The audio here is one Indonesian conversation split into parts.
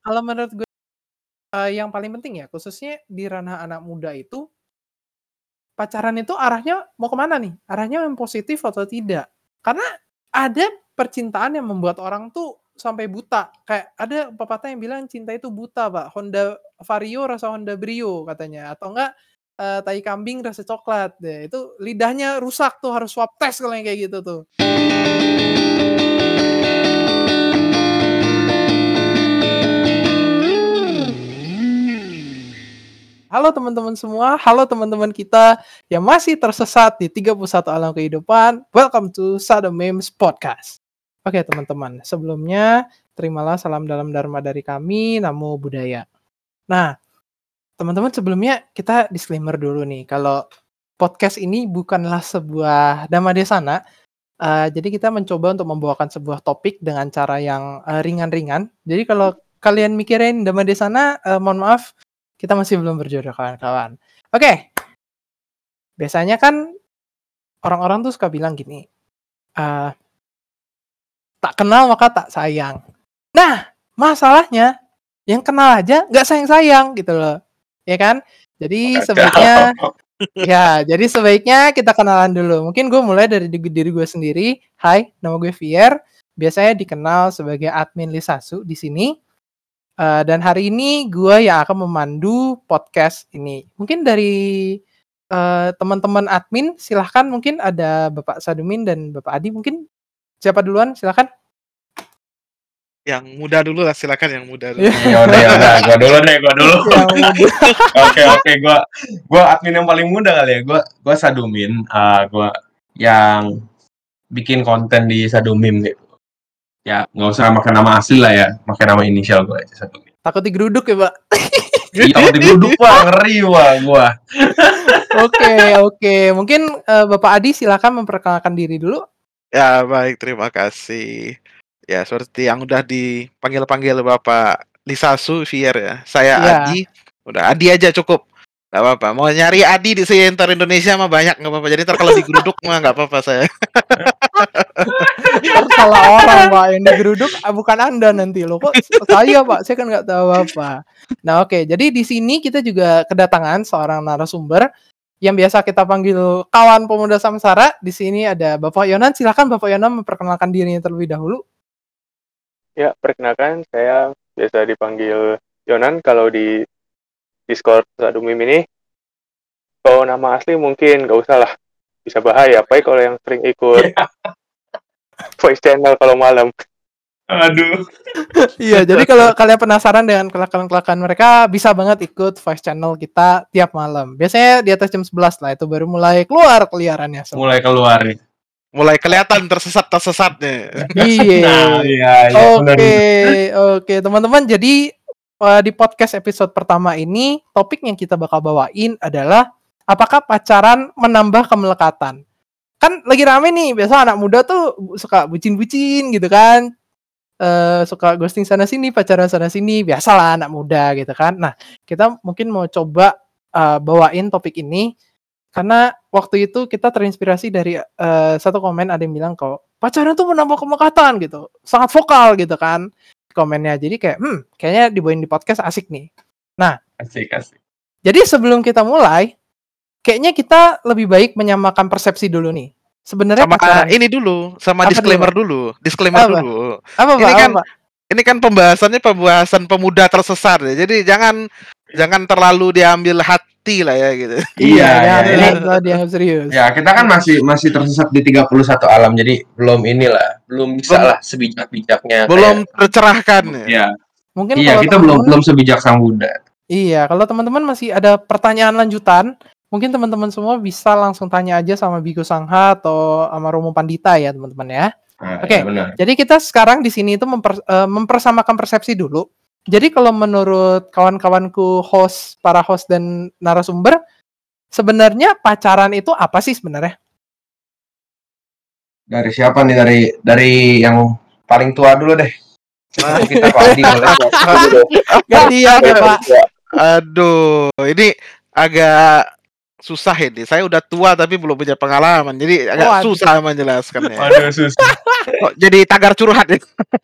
Kalau menurut gue, yang paling penting ya, khususnya di ranah anak muda itu, pacaran itu arahnya mau ke mana nih? Arahnya yang positif atau tidak? Karena ada percintaan yang membuat orang tuh sampai buta. Kayak ada pepatah yang bilang cinta itu buta, Pak. Honda Vario rasa Honda Brio katanya, atau enggak, tai kambing rasa coklat. Deh, itu lidahnya rusak tuh harus swab test kalau yang kayak gitu tuh. Halo teman-teman semua, halo teman-teman kita yang masih tersesat di 31 alam kehidupan. Welcome to Sada Memes Podcast. Oke teman-teman, sebelumnya terimalah salam dalam dharma dari kami, Namo Buddhaya. Nah, teman-teman sebelumnya kita disclaimer dulu nih, kalau podcast ini bukanlah sebuah Dhammadesana. Jadi kita mencoba untuk membawakan sebuah topik dengan cara yang ringan-ringan. Jadi kalau kalian mikirin Dhammadesana, mohon maaf, kita masih belum berjodoh kawan-kawan. Oke. Biasanya kan orang-orang tuh suka bilang gini, tak kenal maka tak sayang. Nah, masalahnya yang kenal aja nggak sayang-sayang gitu loh. Ya kan? Jadi sebaiknya jadi sebaiknya kita kenalan dulu. Mungkin gue mulai dari diri gue sendiri. Hai, nama gue Vier. Biasanya dikenal sebagai admin Lisasu di sini. Dan hari ini gue yang akan memandu podcast ini. Mungkin dari teman-teman admin, silahkan, mungkin ada Bapak Sadumin dan Bapak Adi. Mungkin siapa duluan? Silahkan. Yang muda dulu lah, silakan yang muda dulu. Ya udah, gua dulu. Oke, gua admin yang paling muda kali ya. Gua Sadumin, gua yang bikin konten di Sadumim gitu. Ya, nggak usah pakai nama asli lah ya, pakai nama inisial gua aja Sadumin. Takut digeruduk ya, Pak? Iya, takut digeruduk, Pak. Ngeri, Pak, gua. Oke. Mungkin Bapak Adi silakan memperkenalkan diri dulu. Ya, baik, terima kasih. Ya, seperti yang udah dipanggil-panggil Bapak Lisasu Vier ya. Saya Adi. Udah Adi aja cukup. Gak apa-apa. Mau nyari Adi di sekitar Indonesia mah banyak, nggak apa-apa. Jadi ntar kalau digeruduk mah nggak apa-apa saya. Salah orang, Pak, yang digeruduk bukan Anda nanti loh. Kok saya, Pak? Saya kan nggak tahu apa. Nah, oke. Jadi di sini kita juga kedatangan seorang narasumber yang biasa kita panggil kawan pemuda samsara. Di sini ada Bapak Yonan. Silakan Bapak Yonan memperkenalkan dirinya terlebih dahulu. Ya, perkenalkan, saya biasa dipanggil Yonan kalau di Discord Sadumim ini. Kalau nama asli mungkin nggak usah lah, bisa bahaya. Apalagi kalau yang sering ikut voice channel kalau malam. Aduh. Iya, jadi kalau kalian penasaran dengan kelakuan-kelakuan mereka, bisa banget ikut voice channel kita tiap malam. Biasanya di atas jam 11 lah, itu baru mulai keluar keliarannya. Mulai keluar nih. Mulai kelihatan tersesatnya. Iya. Oke, teman-teman. Jadi di podcast episode pertama ini, topik yang kita bakal bawain adalah apakah pacaran menambah kemelekatan? Kan lagi rame nih, biasa anak muda tuh suka bucin-bucin gitu kan. Suka ghosting sana sini, pacaran sana sini, biasalah anak muda gitu kan. Nah, kita mungkin mau coba bawain topik ini karena waktu itu kita terinspirasi dari satu komen, ada yang bilang kok pacaran tuh menambah kemelekatan gitu, sangat vokal gitu kan komennya. Jadi kayak kayaknya dibawain di podcast asik nih. Nah, asik. Jadi sebelum kita mulai, kayaknya kita lebih baik menyamakan persepsi dulu nih. Sebenarnya sama pacaran ini dulu, sama apa disclaimer dulu. Apa, Ini kan pembahasan pemuda tersesat ya. Jadi jangan terlalu diambil hati lah ya gitu. Iya. Jangan dianggap serius. Ya, kita kan masih tersesat di 31 alam, jadi belum bisa lah sebijak-bijaknya. Belum tercerahkan ya. Iya. Mungkin kita belum sebijak sang Buddha. Iya, kalau teman-teman masih ada pertanyaan lanjutan, mungkin teman-teman semua bisa langsung tanya aja sama Biku Sangha atau sama Romo Pandita ya, teman-teman ya. Oke. Ya, jadi kita sekarang di sini itu mempersamakan persepsi dulu. Jadi kalau menurut kawan-kawanku para host dan narasumber, sebenarnya pacaran itu apa sih sebenarnya? Dari siapa nih? Dari yang paling tua dulu deh. Kita Adi boleh. Gantian ya, Pak. Aduh, ini agak susah ini. Saya udah tua tapi belum punya pengalaman, jadi agak susah menjelaskannya. Waduh, susah. Kok jadi tagar curhat ya?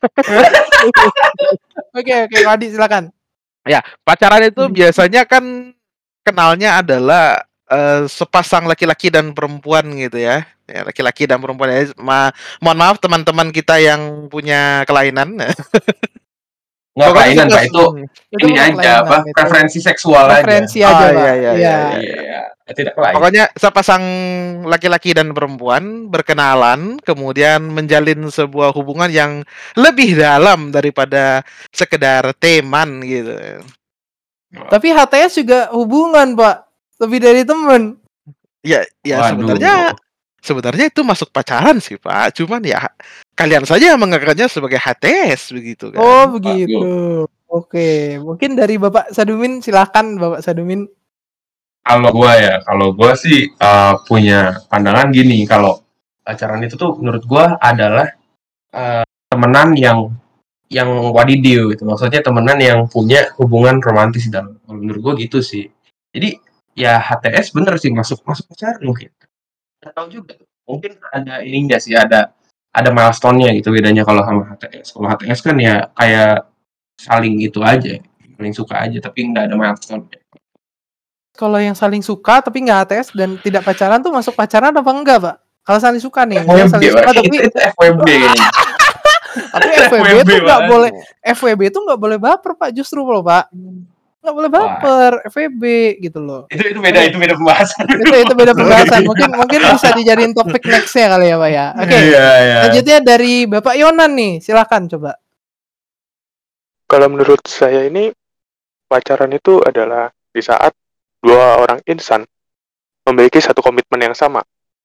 Oke, Adi silakan. Ya, pacaran itu biasanya kan kenalnya adalah sepasang laki-laki dan perempuan gitu ya. Ya, laki-laki dan perempuan ya. Mohon maaf teman-teman kita yang punya kelainan. Nggak Pokoknya kelainan, Pak. Itu Itu ini bukan aja, kelainan, apa? itu Preferensi seksual preferensi aja. aja, Pak. Iya. Iya. Tidak kelainan. Pokoknya sepasang laki-laki dan perempuan berkenalan, kemudian menjalin sebuah hubungan yang lebih dalam daripada sekedar teman gitu. Tapi HTS juga hubungan, Pak. Lebih dari teman. Ya Waduh. sebenarnya itu masuk pacaran sih, Pak. Cuman ya kalian saja yang menganggapnya sebagai HTS begitu kan. Oh, begitu. Oke, mungkin dari Bapak Sadumin, silakan Bapak Sadumin. Kalau gue sih punya pandangan gini, kalau pacaran itu tuh menurut gue adalah temenan yang wadidiu gitu. Maksudnya temenan yang punya hubungan romantis dalam. Kalau menurut gue gitu sih. Jadi ya HTS bener sih masuk pacaran mungkin. Nggak tahu juga. Mungkin ada ininya sih, ada milestone-nya gitu bedanya kalau sama HTS. Kalau HTS kan ya kayak saling gitu aja, saling suka aja tapi nggak ada milestone. Kalau yang saling suka tapi nggak HTS dan tidak pacaran tuh masuk pacaran apa enggak, Pak? Kalau saling suka nih, FWB, saling suka tapi itu FWB kayaknya. tapi FWB tuh nggak boleh, FWB tuh nggak boleh baper, Pak, justru loh, Pak. Nggak boleh baper, FWB gitu loh. Itu beda pembahasan. Itu beda pembahasan. Mungkin bisa dijadiin topik next-nya kali ya, Pak ya. Oke. Lanjutnya dari Bapak Yonan nih, silakan coba. Kalau menurut saya ini pacaran itu adalah di saat dua orang insan memiliki satu komitmen yang sama.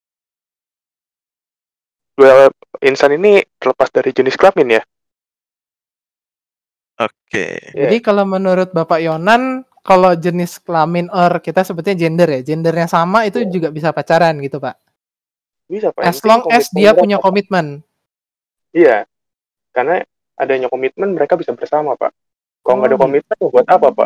Dua insan ini terlepas dari jenis kelamin ya. Oke. Jadi kalau menurut Bapak Yonan, kalau jenis kelamin kita sebutnya gender ya, gendernya sama itu juga bisa pacaran gitu, Pak. Bisa, Pak. As long as dia punya komitmen. Iya. Karena adanya komitmen mereka bisa bersama, Pak. Kalau nggak ada komitmen buat apa, Pak?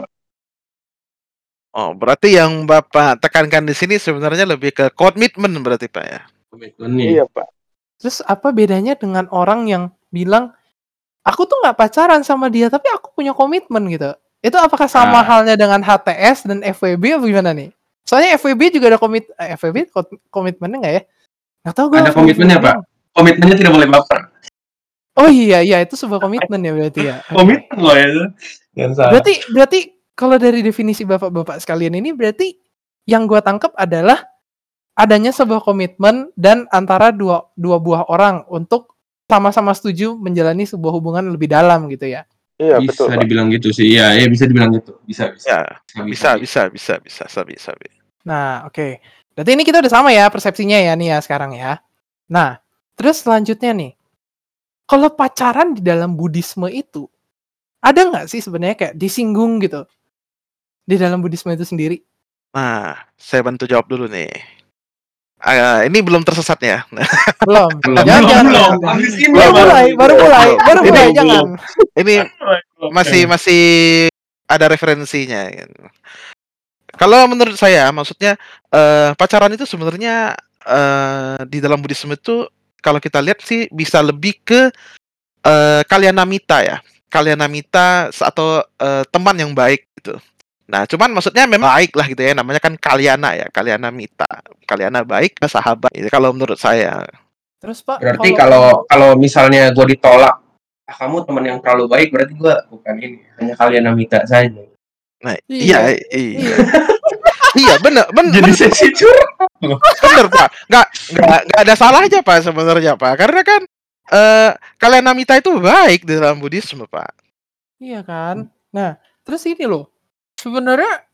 Oh, berarti yang Bapak tekankan di sini sebenarnya lebih ke komitmen berarti, Pak ya? Komitmen. Iya, Pak. Terus apa bedanya dengan orang yang bilang, aku tuh nggak pacaran sama dia, tapi aku punya komitmen gitu. Itu apakah sama halnya dengan HTS dan FWB atau gimana nih? Soalnya FWB juga ada FWB komitmennya nggak ya? Nggak tahu gue. Ada komitmennya, Pak. Komitmennya tidak boleh baper. Oh iya, itu sebuah komitmen ya berarti ya. Komitmen loh ya. Berarti kalau dari definisi bapak-bapak sekalian ini berarti yang gue tangkap adalah adanya sebuah komitmen dan antara dua buah orang untuk sama-sama setuju menjalani sebuah hubungan lebih dalam gitu ya. Iya, bisa betul, dibilang gitu sih. Iya, bisa dibilang gitu. Bisa. Ya, bisa. Nah, oke. Berarti ini kita udah sama ya persepsinya ya nih ya sekarang ya. Nah, terus selanjutnya nih. Kalau pacaran di dalam Buddhisme itu ada nggak sih sebenarnya kayak disinggung gitu di dalam Buddhisme itu sendiri? Nah, saya bantu jawab dulu nih. Ini belum tersesat ya? Belum. Jangan. Baru mulai, jangan. Ini masih ada referensinya. Kalau menurut saya, maksudnya pacaran itu sebenarnya di dalam Buddhisme itu kalau kita lihat sih bisa lebih ke kalyanamita ya. Kalyanamita atau teman yang baik gitu. Nah, cuman maksudnya memang baik lah gitu ya, namanya kan kalyana ya, kalyanamita. Kalyana baik, sahabat. Itu kalau menurut saya. Terus Pak, berarti kalau misalnya gue ditolak, kamu teman yang terlalu baik, berarti gue bukan ini, hanya kalyanamita saja. Nah, iya. Iya, benar. Jadi sesi curhat. Bener, Pak. Nggak ada salahnya, Pak, sebenarnya, Pak. Karena kan kalyanamita itu baik di dalam Buddhisme, Pak. Iya kan? Nah, terus ini loh. Sebenarnya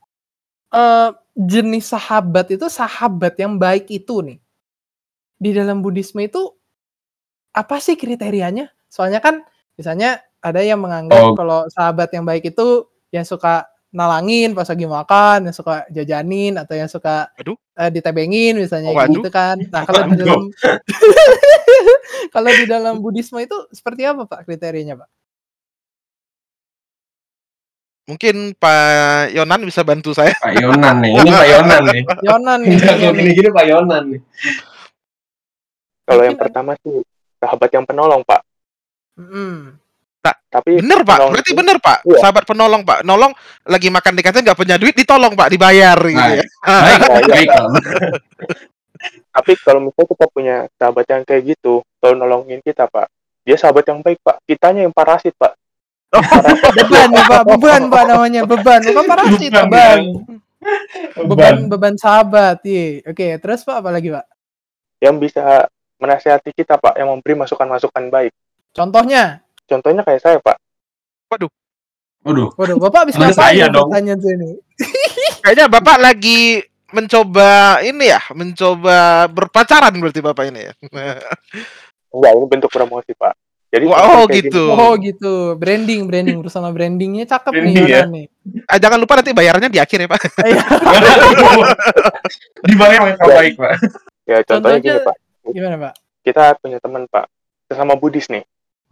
jenis sahabat itu sahabat yang baik itu nih. Di dalam Buddhisme itu apa sih kriterianya? Soalnya kan misalnya ada yang menganggap kalau sahabat yang baik itu yang suka nalangin pas lagi makan, yang suka jajanin atau yang suka ditebengin misalnya gitu kan. Nah, kalau di dalam Buddhisme itu seperti apa Pak kriterianya, Pak? Mungkin Pak Yonan bisa bantu saya. Pak Yonan nih. Ini Pak Yonan nih. Yonan nih. Kalau gini-gini Pak Yonan nih. Kalau yang pertama sih sahabat yang penolong, Pak. Tapi bener Pak, berarti bener Pak. Iya. Sahabat penolong Pak, nolong lagi makan di kantin nggak punya duit, ditolong Pak, dibayar gitu ya. Baik. Tapi kalau misalnya kita punya sahabat yang kayak gitu, kalau nolongin kita Pak, dia sahabat yang baik Pak, kitanya yang parasit Pak. Beban ya Pak, beban Pak namanya, beban, bukan parasit, beban sahabat. Iya. Oke, terus Pak apa lagi Pak? Yang bisa menasihati kita Pak, yang memberi masukan-masukan baik. Contohnya kayak saya Pak. Waduh, Bapak bisa ngapain pertanyaan ini? Kayaknya Bapak lagi mencoba berpacaran berarti Bapak ini ya. Enggak, ini bentuk promosi Pak. Jadi gitu. Branding bersama brandingnya cakep nih ya? Yonan nih. Jangan lupa nanti bayarnya di akhir ya Pak. Dibayar yang terbaik Pak. Ya contohnya gini Pak. Gimana Pak? Kita punya teman Pak, sesama Buddhis nih.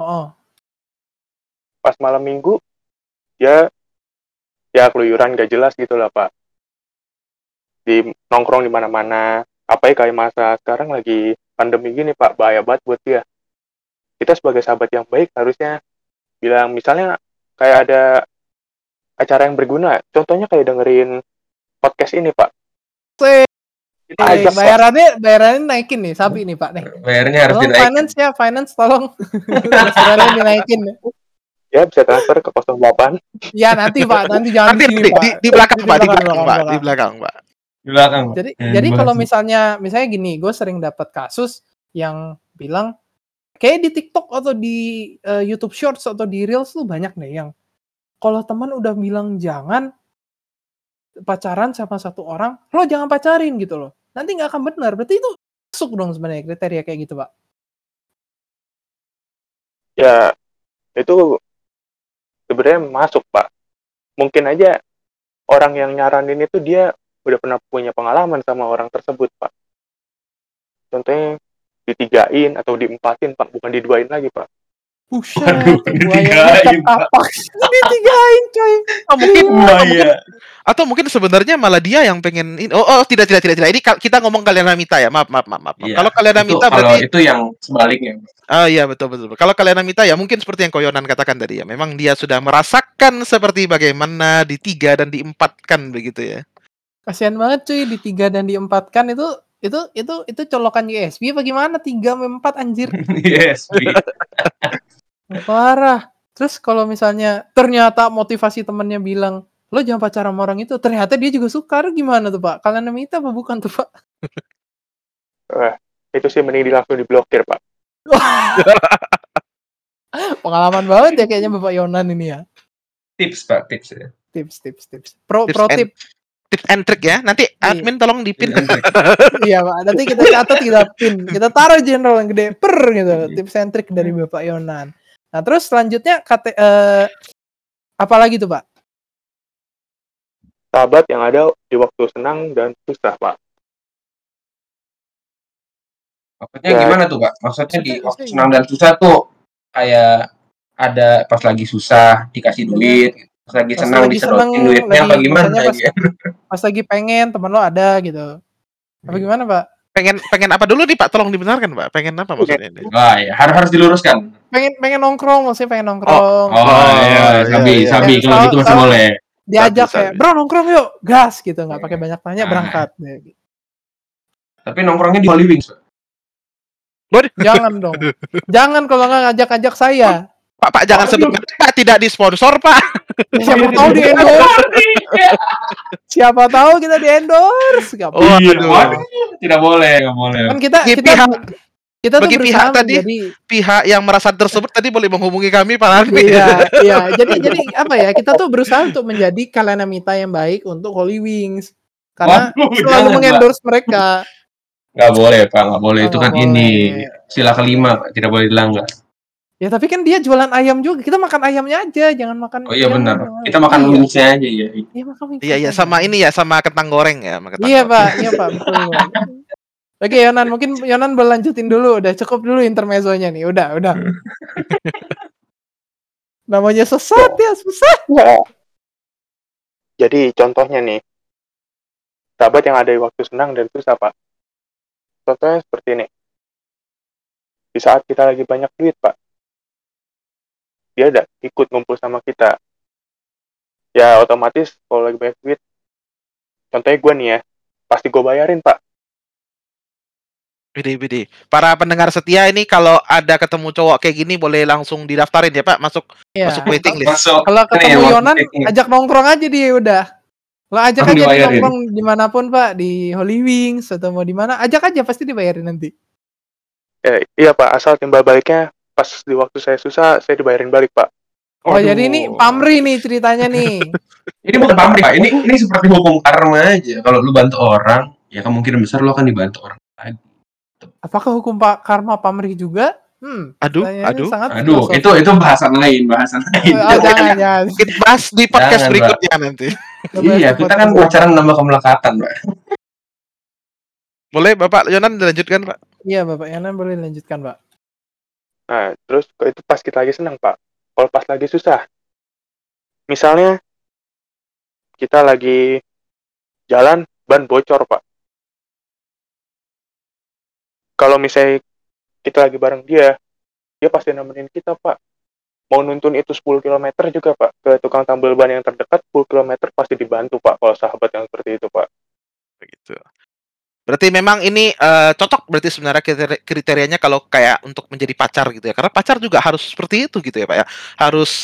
Pas malam minggu ya keluyuran gak jelas gitu lah Pak. Di nongkrong di mana-mana. Apa ya kayak masa sekarang lagi pandemi gini Pak, bahaya banget buat dia. Kita sebagai sahabat yang baik harusnya bilang misalnya kayak ada acara yang berguna. Contohnya kayak dengerin podcast ini Pak. Bayarannya naikin nih, Sabi nih Pak nih. Bayarnya harus dinaikin. Finance tolong. Bayarannya dinaikin. Ya bisa transfer ke 08. Ya nanti Pak, jangan di sini Pak. Di belakang Pak. Jadi kalau misalnya gini, gue sering dapat kasus yang bilang kayak di TikTok atau di YouTube Shorts atau di Reels tuh banyak nih yang kalau teman udah bilang jangan pacaran sama satu orang, lo jangan pacarin gitu loh. Nanti nggak akan benar. Berarti itu masuk dong sebenarnya kriteria kayak gitu Pak. Ya itu sebenarnya masuk Pak. Mungkin aja orang yang nyaranin itu dia udah pernah punya pengalaman sama orang tersebut Pak. Contohnya ditigain atau diempatin Pak, bukan diduain lagi Pak. Buset, ditigain Pak. Ditigain coy. Atau mungkin sebenarnya malah dia yang pengen tidak. Ini kita ngomong kalian Namita ya. Maaf. Iya, kalau kalian Namita berarti itu yang sebaliknya. Iya betul. Kalau kalian Namita ya mungkin seperti yang Koyonan katakan tadi ya. Memang dia sudah merasakan seperti bagaimana ditiga dan diempatkan begitu ya. Kasihan banget cuy, ditiga dan diempatkan itu colokan USB apa gimana 3-4 anjir. USB. Parah. Terus kalau misalnya ternyata motivasi temennya bilang lo jangan pacaran sama orang itu, ternyata dia juga suka, gimana tuh Pak? Kalian Namita apa bukan tuh Pak? Itu sih mending langsung diblokir Pak. Pengalaman banget ya kayaknya Bapak Yonan ini ya. Tips Pak, tips ya. Tips. Pro tip. Tips and trick ya. Nanti admin tolong dipin. Iya Pak, nanti kita catat, kita pin. Kita taruh general yang gede gitu. Tips and trick dari Bapak Yonan. Nah, terus selanjutnya apa lagi tuh Pak? Sahabat yang ada di waktu senang dan susah Pak. Maksudnya gimana tuh Pak? Maksudnya di waktu senang dan susah tuh kayak ada pas lagi susah dikasih duit, pas lagi senang disedotin duitnya apa gimana? Pas lagi pengen teman lo ada gitu. Apa gimana Pak? Pengen apa dulu nih Pak? Tolong dibenarkan Pak. Pengen apa maksudnya ini? Ya harus diluruskan. Pengen nongkrong, maksudnya pengen nongkrong. Sabi kalau gitu masih boleh. Diajak kayak, bro nongkrong yuk, gas gitu, nggak pakai banyak tanya, berangkat. Tapi nongkrongnya di Holy Wings. Jangan dong, jangan kalau nggak ngajak saya. Pak jangan sebut tidak disponsor Pak. Siapa tahu di endorse. Siapa tahu kita di endorse. Tidak boleh. Kan kita bagi pihak tadi, pihak yang merasa tersebut tadi boleh menghubungi kami Pak Armi. Iya. Jadi apa ya? Kita tuh berusaha untuk menjadi Kalian Namita yang baik untuk Holy Wings. Karena selalu mengendorse mereka. Nggak boleh Pak, nggak boleh. Itu kan ini sila kelima Pak, tidak boleh dilanggar. Ya tapi kan dia jualan ayam juga. Kita makan ayamnya aja, jangan makan. Oh iya benar. Kita makan wingsnya aja ya. Iya makan wings. Iya sama ini ya, sama kentang goreng ya. Iya Pak, betul. Oke Yonan, mungkin Yonan berlanjutin dulu. Udah cukup dulu intermezzonya nih. Udah. Namanya sesat ya, susah. Jadi contohnya nih, sahabat yang ada di waktu senang dan susah, Pak. Contohnya seperti ini. Di saat kita lagi banyak duit, Pak, dia udah ikut ngumpul sama kita. Ya otomatis kalau lagi banyak duit, contohnya gue nih ya, pasti gue bayarin, Pak. Bidi. Para pendengar setia ini kalau ada ketemu cowok kayak gini boleh langsung didaftarin ya Pak, masuk Iya. waiting list. Masuk. Kalau ketemu Nih, Yonan, waiting. ajak nongkrong aja dia udah. Lo ajak Langsung aja dia dibayarin. nongkrong dimanapun Pak, di Holy Wings atau mau di mana, ajak aja pasti dibayarin nanti. Iya, Pak, asal timbal baliknya pas di waktu saya susah, saya dibayarin balik, Pak. Oh, Aduh. jadi ini pamrih nih ceritanya nih. Ini bukan pamrih, Pak. Ini seperti hukum karma aja. Kalau lu bantu orang, ya kemungkinan besar lu akan dibantu orang lagi. Apakah hukum Pak karma pamrih juga? Aduh. Sangat Aduh, filosofis. itu bahasan lain. Jangan. Kita bahas di podcast Jangan, berikutnya nanti. Iya, kita kan pacaran nama kemelekatan, Pak. Boleh Bapak Yonan dilanjutkan Pak? Iya Bapak Yonan boleh lanjutkan Pak. Nah, terus itu pas kita lagi senang, Pak. Kalau pas lagi susah, misalnya kita lagi jalan, ban bocor, Pak. Kalau misalnya kita lagi bareng dia pasti nemenin kita, Pak. Mau nuntun itu 10 km juga, Pak. Ke tukang tambal ban yang terdekat, 10 km pasti dibantu, Pak. Kalau sahabat yang seperti itu, Pak. Begitu. Berarti memang ini cocok berarti sebenarnya kriterianya kalau kayak untuk menjadi pacar gitu ya. Karena pacar juga harus seperti itu gitu ya Pak ya. Harus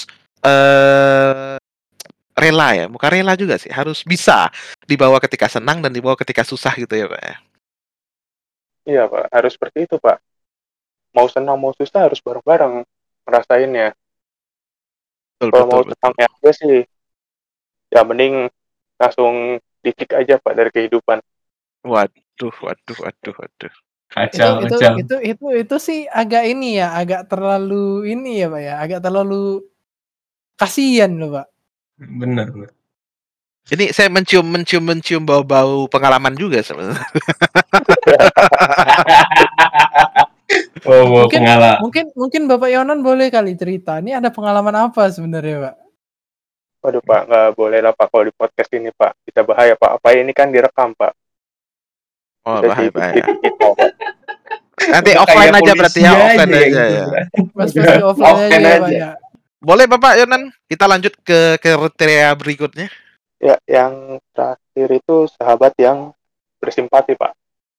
rela ya. Bukan rela juga sih. Harus bisa dibawa ketika senang dan dibawa ketika susah gitu ya Pak ya. Iya, Pak. Harus seperti itu, Pak. Mau senang, mau susah harus bareng-bareng ngerasainnya. Kalau mau senangnya aja sih, ya mending langsung dikik aja, Pak, dari kehidupan. Waduh. Kacau. Itu sih agak ini ya, agak terlalu ini ya Pak ya, agak terlalu kasihan loh Pak. Bener. Ini saya mencium bau-bau pengalaman juga sebenarnya. Mungkin Bapak Yonan boleh kali cerita. Ini ada pengalaman apa sebenarnya Pak? Waduh Pak, nggak boleh lah Pak kalau di podcast ini Pak. Bisa bahaya Pak. Apa ini kan direkam Pak. Oh Bisa bahaya. kita, Pak. Nanti offline aja berarti ya, offline aja ya. Pasti offline aja ya Pak ya. Boleh Bapak Yonan, kita lanjut ke kriteria berikutnya. Ya, yang terakhir itu sahabat yang bersimpati Pak.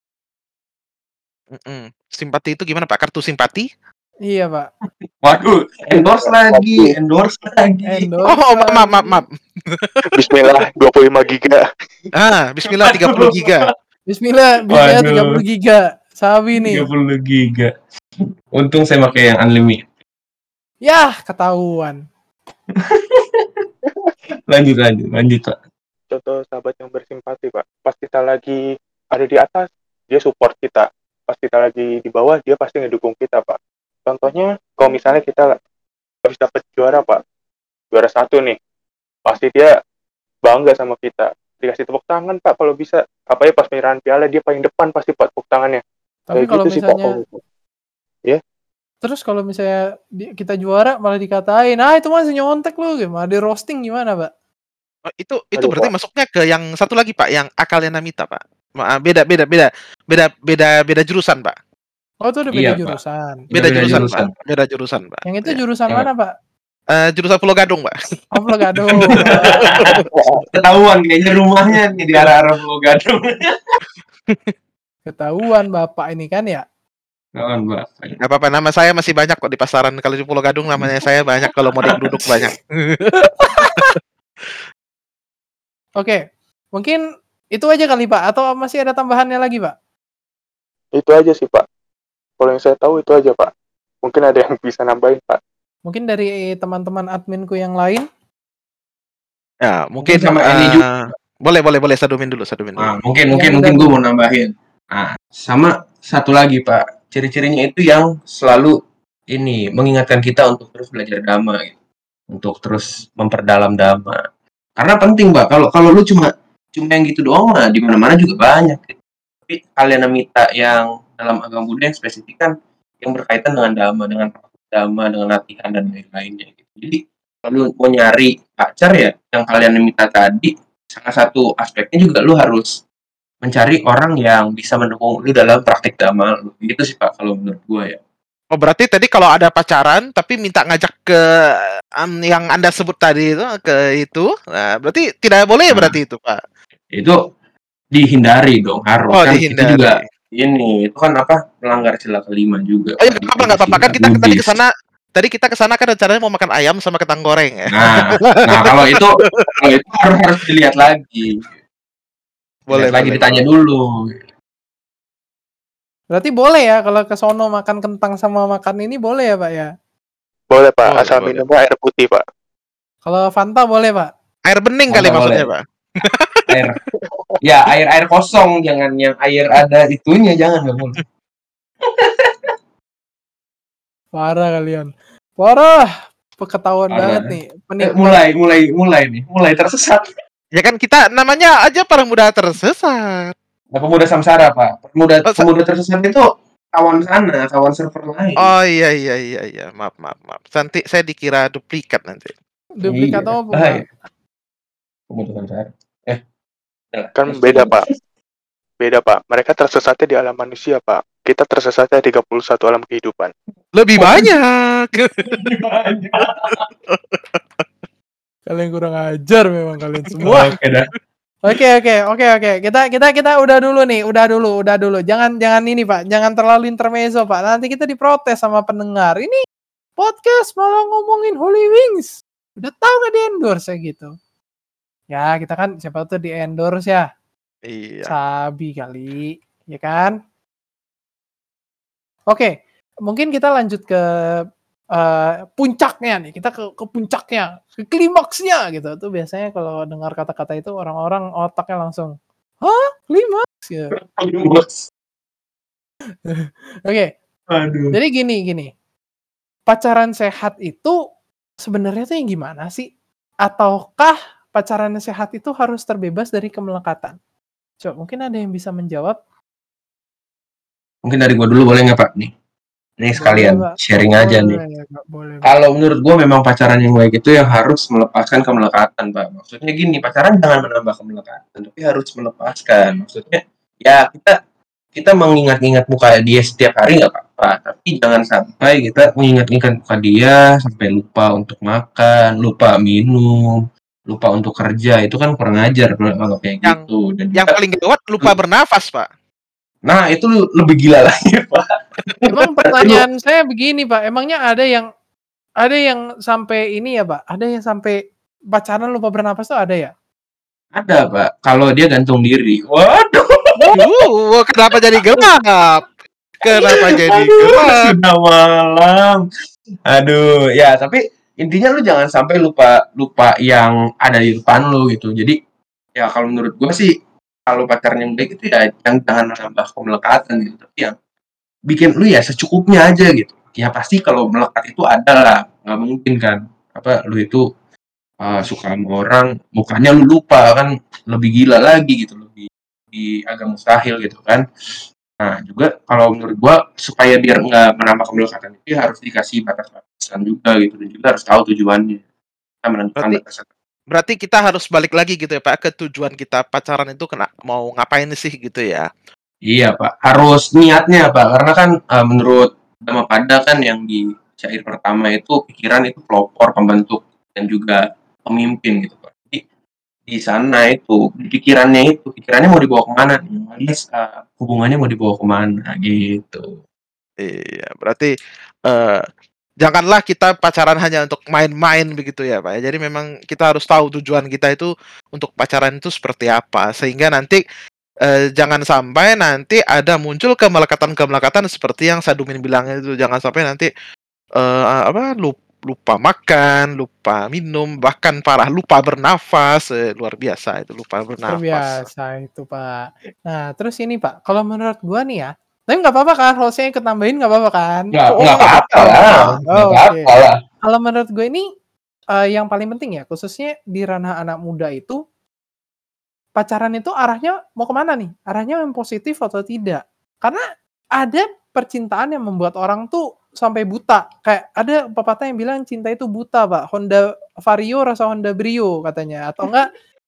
Simpati itu gimana Pak? Kartu simpati? Iya Pak. Waduh, endorse lagi. Oh maaf. Bismillah 25 giga. Bismillah 30 giga. Bismillah 30 giga. Sabi nih. 30 giga. Untung saya pakai yang unlimited. Yah, ketahuan. Lanjut Pak. Contoh sahabat yang bersimpati Pak. Pas kita lagi ada di atas, dia support kita. Pas kita lagi di bawah, dia pasti ngedukung kita Pak. Contohnya, kalau misalnya kita habis dapat juara Pak, juara 1 nih, pasti dia bangga sama kita. Dikasih tepuk tangan Pak kalau bisa. Apalagi pas penyerahan piala, dia paling depan pasti Pak tepuk tangannya. Tapi kalau gitu misalnya sih, Pak. Ya. Terus kalau misalnya kita juara malah dikatain, itu masih nyontek lu, gimana di roasting gimana Pak? Itu berarti Pak, masuknya ke yang satu lagi Pak, yang akalnya Namita Pak. Beda jurusan Pak. Oh itu udah beda jurusan. Beda jurusan Pak. Yang itu jurusan mana Pak? Jurusan Pulau Gadung Pak. Oh Pulau Gadung. Ketahuan kayaknya rumahnya nih di arah Pulau Gadung. Ketahuan Bapak ini kan ya. Nggak apa-apa, nama saya masih banyak kok di pasaran. Kalau di Pulau Gadung namanya saya banyak, kalau mau duduk banyak. Oke, mungkin itu aja kali Pak, atau masih ada tambahannya lagi Pak? Itu aja sih Pak. Kalau yang saya tahu itu aja Pak. Mungkin ada yang bisa nambahin Pak. Mungkin dari teman-teman adminku yang lain? Ya, mungkin sama ini juga. Boleh sadumin dulu. Mungkin gue mau nambahin. Sama satu lagi Pak, ciri-cirinya itu yang selalu ini mengingatkan kita untuk terus belajar dhamma gitu. Untuk terus memperdalam dhamma. Karena penting Pak, kalau lu cuma yang gitu doang mah di mana-mana juga banyak gitu. Tapi kalyanamita yang dalam agama Buddha yang spesifik kan yang berkaitan dengan dhamma, dengan latihan dan lain-lainnya gitu. Jadi kalau mau nyari pacar ya yang kalyanamita tadi salah satu aspeknya juga lu harus mencari orang yang bisa mendukung lu dalam praktik dhamma lu. Gitu sih Pak kalau menurut gua ya. Oh, berarti tadi kalau ada pacaran tapi minta ngajak ke yang Anda sebut tadi itu nah, berarti tidak boleh Nah, berarti itu, Pak. itu dihindari dong, harus Oh, kan itu juga dihindari. ini, itu kan apa, melanggar sila kelima juga Oh, ya, Pak, di nggak apa-apa. Kan sila kita tadi ke Buddhis. sana kan rencananya mau makan ayam sama kentang goreng ya. Nah kalau itu harus dilihat lagi. Boleh, Ditanya boleh. dulu. Berarti boleh ya kalau ke sono makan kentang sama makan ini boleh ya Pak ya? Boleh Pak, Boleh, asal boleh. minumnya air putih Pak. Kalau Fanta boleh Pak? Air bening kali Boleh. maksudnya, Pak. Air kosong, jangan yang air ada itunya, jangan, nggak boleh. Parah kalian. Parah. Ketahuan banget nih. Mulai tersesat. Ya kan kita namanya aja pemuda tersesat. Pemuda samsara Pak. Oh, Pemuda tersesat itu kawan server lain. Oh iya. Maaf. Nanti saya dikira duplikat nanti. Duplikat Iya. apa Pak? Pemuda samsara. Kan beda Pak. Beda Pak. Mereka tersesatnya di alam manusia Pak. Kita tersesatnya 31 alam kehidupan. Lebih banyak. Kalian kurang ajar memang kalian semua. Oke dah. Oke. Kita udah dulu. Jangan ini Pak, jangan terlalu intermezzo Pak. Nanti kita diprotes sama pendengar. Ini podcast malah ngomongin Holy Wings. Udah tahu nggak di endorse ya gitu. Ya kita kan siapa tuh di endorse ya. Iya. Sabi kali, ya kan? Oke, mungkin kita lanjut ke puncaknya nih. Kita ke puncaknya, ke klimaksnya gitu. Tuh biasanya kalau dengar kata-kata itu orang-orang otaknya langsung, hah? Klimaks? Gitu. Oke. Aduh. Jadi gini. Pacaran sehat itu sebenarnya tuh yang gimana sih? Ataukah pacaran sehat itu harus terbebas dari kemelekatan? Coba mungkin ada yang bisa menjawab. Mungkin dari gua dulu boleh nggak Pak nih? Ini sekalian Boleh, sharing aja nih. Boleh. Kalau menurut gue memang pacaran yang baik itu yang harus melepaskan kemelekatan, Pak. Maksudnya gini, pacaran jangan menambah kemelekatan, tapi harus melepaskan. Maksudnya ya kita mengingat-ingat muka dia setiap hari nggak apa-apa, tapi jangan sampai kita mengingat-ingat muka dia sampai lupa untuk makan, lupa minum, lupa untuk kerja. Itu kan kurang ajar kalau kayak gitu. Dan Yang paling gawat lupa bernafas, Pak. Nah, itu lebih gila lagi, Pak. Emang pertanyaan saya begini, Pak. Emangnya ada yang sampai ini ya, Pak? Ada yang sampai pacaran lupa bernafas tuh ada ya? Ada, Pak. Kalau dia gantung diri. Waduh. Kenapa jadi gelap? Sudah malam. Aduh, ya tapi intinya lu jangan sampai lupa yang ada di depan lu gitu. Jadi ya kalau menurut gue sih kalau pacarnya yang baik itu ya jangan menambah kemelekatan gitu. Tapi yang bikin lu ya secukupnya aja gitu. Ya pasti kalau melekat itu ada lah. Nggak mungkin kan. Apa lu itu suka sama orang, mukanya lu lupa kan lebih gila lagi gitu. Lebih agak mustahil gitu kan. Nah, juga kalau menurut gua supaya biar nggak menambah kemelekatan itu harus dikasih batas-batasan juga gitu dan juga harus tahu tujuannya. Kita menentukan batasan. Berarti kita harus balik lagi gitu ya Pak ke tujuan kita pacaran itu mau ngapain sih gitu ya? Iya Pak, harus niatnya Pak karena kan menurut Dhammapada kan yang di syair pertama itu pikiran itu pelopor, pembentuk dan juga pemimpin gitu Pak. Jadi di sana itu pikirannya mau dibawa kemana nih? Alias hubungannya mau dibawa kemana gitu. Iya, berarti janganlah kita pacaran hanya untuk main-main begitu ya Pak. Jadi memang kita harus tahu tujuan kita itu untuk pacaran itu seperti apa sehingga nanti jangan sampai nanti ada muncul kemelekatan seperti yang Sadumin bilang itu, jangan sampai nanti lupa makan, lupa minum, bahkan parah lupa bernafas. Luar biasa itu lupa Luar bernafas. biasa itu Pak. Nah terus ini Pak, kalau menurut gua nih ya, tapi nggak apa-apa kan, hostnya ikut nambahin nggak apa-apa kan? Nggak apa-apa lah. Oke. Kalau menurut gue ini yang paling penting ya, khususnya di ranah anak muda itu, pacaran itu arahnya mau kemana nih? Arahnya yang positif atau tidak? Karena ada percintaan yang membuat orang tuh sampai buta. Kayak ada pepatah yang bilang cinta itu buta, Pak. Honda Vario rasa Honda Brio katanya. Atau enggak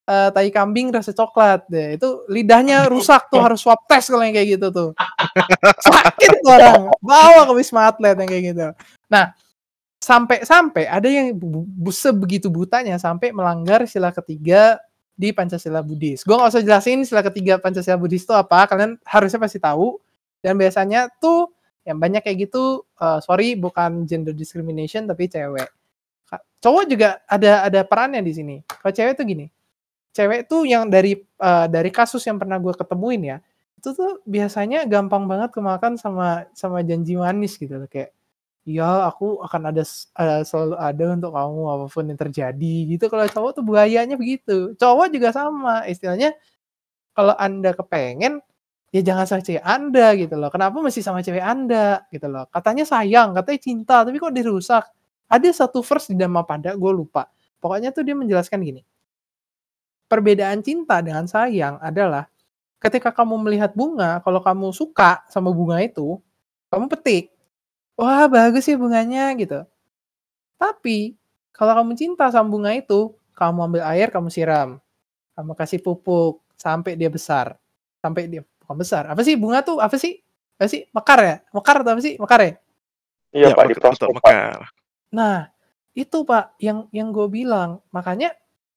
tai kambing rasa coklat deh. Itu lidahnya rusak tuh, harus swab test kalau yang kayak gitu tuh. Sakit tuh orang, bawa ke Wisma Atlet yang kayak gitu. Nah, sampai ada yang sebegitu butanya sampai melanggar sila ketiga di Pancasila Buddhis. Gue nggak usah jelasin sila ketiga Pancasila Buddhis itu apa, kalian harusnya pasti tahu. Dan biasanya tuh yang banyak kayak gitu, sorry bukan gender discrimination tapi cewek. Cowok juga ada perannya di sini. Kalau cewek tuh gini, cewek tuh yang dari kasus yang pernah gue ketemuin ya, itu tuh biasanya gampang banget kemakan sama janji manis gitu loh, kayak iya aku akan selalu ada untuk kamu apapun yang terjadi gitu. Kalau cowok tuh buayanya begitu, cowok juga sama istilahnya. Kalau Anda kepengen ya jangan sama cewek Anda gitu loh, kenapa mesti sama cewek Anda gitu loh, katanya sayang, katanya cinta, tapi kok dirusak. Ada satu verse di Dhammapada gue lupa, pokoknya tuh dia menjelaskan gini, perbedaan cinta dengan sayang adalah ketika kamu melihat bunga, kalau kamu suka sama bunga itu, kamu petik. Wah, bagus sih bunganya gitu. Tapi kalau kamu cinta sama bunga itu, kamu ambil air, kamu siram. Kamu kasih pupuk sampai dia besar. Sampai dia bukan besar. Apa sih bunga tuh? Apa sih? Apa sih? Mekar ya? Mekar atau apa sih? Mekar ya? Iya, Ya, Pak, di prospek, Pak. mekar. Nah, itu Pak yang gue bilang. Makanya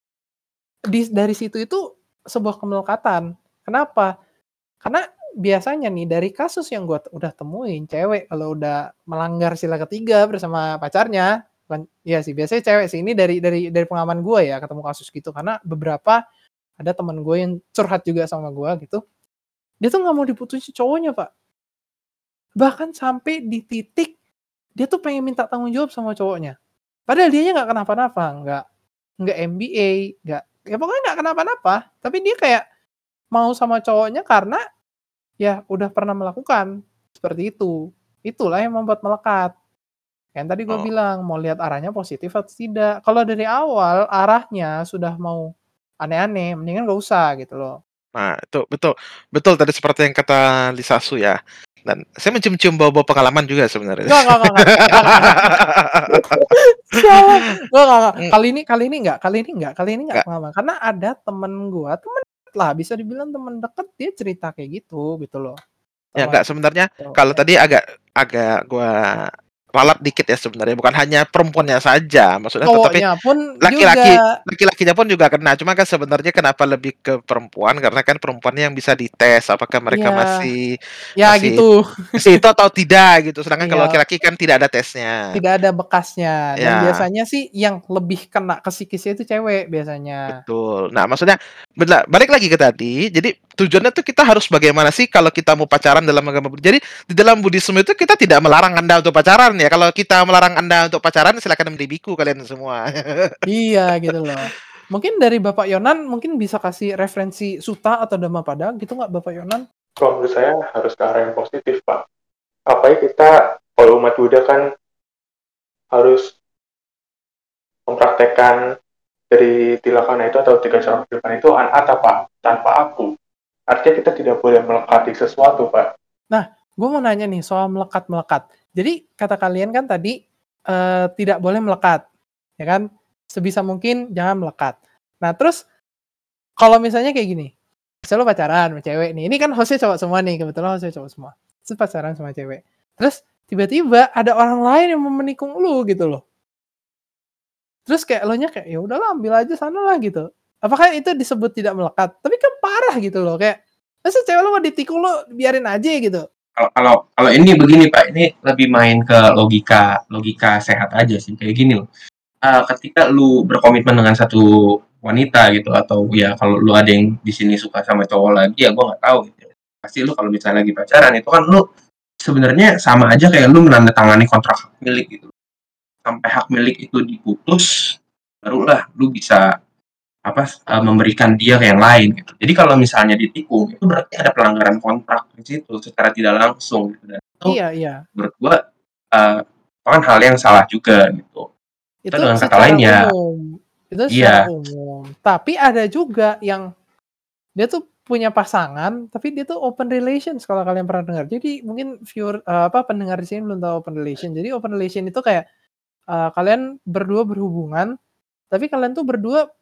dari situ itu sebuah kemelekatan. Kenapa? Karena biasanya nih dari kasus yang gue udah temuin, cewek kalau udah melanggar sila ketiga bersama pacarnya, kan ya sih biasanya cewek sih, ini dari pengalaman gue ya ketemu kasus gitu, karena beberapa ada teman gue yang curhat juga sama gue gitu, dia tuh nggak mau diputusin cowoknya Pak, bahkan sampai di titik dia tuh pengen minta tanggung jawab sama cowoknya, padahal dianya nggak kenapa-napa, nggak MBA, nggak ya pokoknya nggak kenapa-napa, tapi dia kayak mau sama cowoknya karena ya udah pernah melakukan seperti itu. Itulah yang membuat melekat. Yang tadi gue bilang, mau lihat arahnya positif atau tidak. Kalau dari awal arahnya sudah mau aneh-aneh, mendingan gak usah gitu loh. Nah, itu betul tadi seperti yang kata Lisasu ya. Dan saya mencium-cium bau-bau pengalaman juga sebenarnya. Enggak. Sialan. Enggak. Kali ini enggak pengalaman. Karena ada temen lah, bisa dibilang temen deket, dia cerita kayak gitu loh. Ya enggak, sebenarnya kalau tadi agak gua ralat dikit ya sebenarnya, bukan hanya perempuannya saja, maksudnya tetapi cowoknya pun laki-lakinya pun juga kena. Cuma kan sebenarnya kenapa lebih ke perempuan, karena kan perempuannya yang bisa dites apakah mereka masih gitu. itu atau tidak gitu. Sedangkan kalau laki-laki kan tidak ada tesnya. Tidak ada bekasnya. Dan Ya. biasanya sih yang lebih kena ke psikisnya itu cewek biasanya. Betul. Nah, maksudnya balik lagi ke tadi. Jadi tujuannya tuh kita harus bagaimana sih kalau kita mau pacaran dalam agama Buddha. Jadi di dalam Buddhisme itu kita tidak melarang Anda untuk pacaran ya. Kalau kita melarang Anda untuk pacaran, silakan menjadi biku kalian semua. Iya gitu loh. Mungkin dari Bapak Yonan mungkin bisa kasih referensi Sutta atau Dhammapada gitu nggak Bapak Yonan? Kalau menurut saya harus ke arah yang positif, Pak. Apalagi kita, kalau umat Buddha kan harus mempraktekkan dari tilakana itu atau 3 cara kehidupan itu anata, Pak, tanpa aku. Artinya kita tidak boleh melekat di sesuatu, Pak. Nah, gue mau nanya nih soal melekat. Jadi kata kalian kan tadi tidak boleh melekat, ya kan? Sebisa mungkin jangan melekat. Nah terus kalau misalnya kayak gini, misalnya lo pacaran sama cewek nih, ini kan hostnya cowok semua nih, kebetulan hostnya cowok semua. Terus pacaran sama cewek. Terus tiba-tiba ada orang lain yang mau menikung lu gitu loh. Terus kayak lo nya kayak ya udahlah ambil aja sana lah gitu. Apakah itu disebut tidak melekat? Tapi kan parah gitu loh, kayak masa cewek lo mau ditikung lo biarin aja gitu. Kalau ini begini Pak, ini lebih main ke logika sehat aja sih, kayak gini loh. Ketika lu berkomitmen dengan satu wanita gitu, atau ya kalau lu ada yang di sini suka sama cowok lagi, ya gue nggak tahu gitu. Pasti lu kalau misalnya lagi pacaran itu kan lu sebenarnya sama aja kayak lu menandatangani kontrak hak milik gitu. Sampai hak milik itu diputus, barulah lu bisa memberikan dia ke yang lain gitu. Jadi kalau misalnya ditikung, itu berarti ada pelanggaran kontrak di situ secara tidak langsung gitu. Dan itu menurut gua kan hal yang salah juga gitu. Itu dengan kata lain ya itu secara umum. Tapi ada juga yang dia tuh punya pasangan, tapi dia tuh open relations kalau kalian pernah dengar. Jadi mungkin pendengar di sini belum tahu open relation. Jadi open relation itu kayak kalian berdua berhubungan, tapi kalian tuh berdua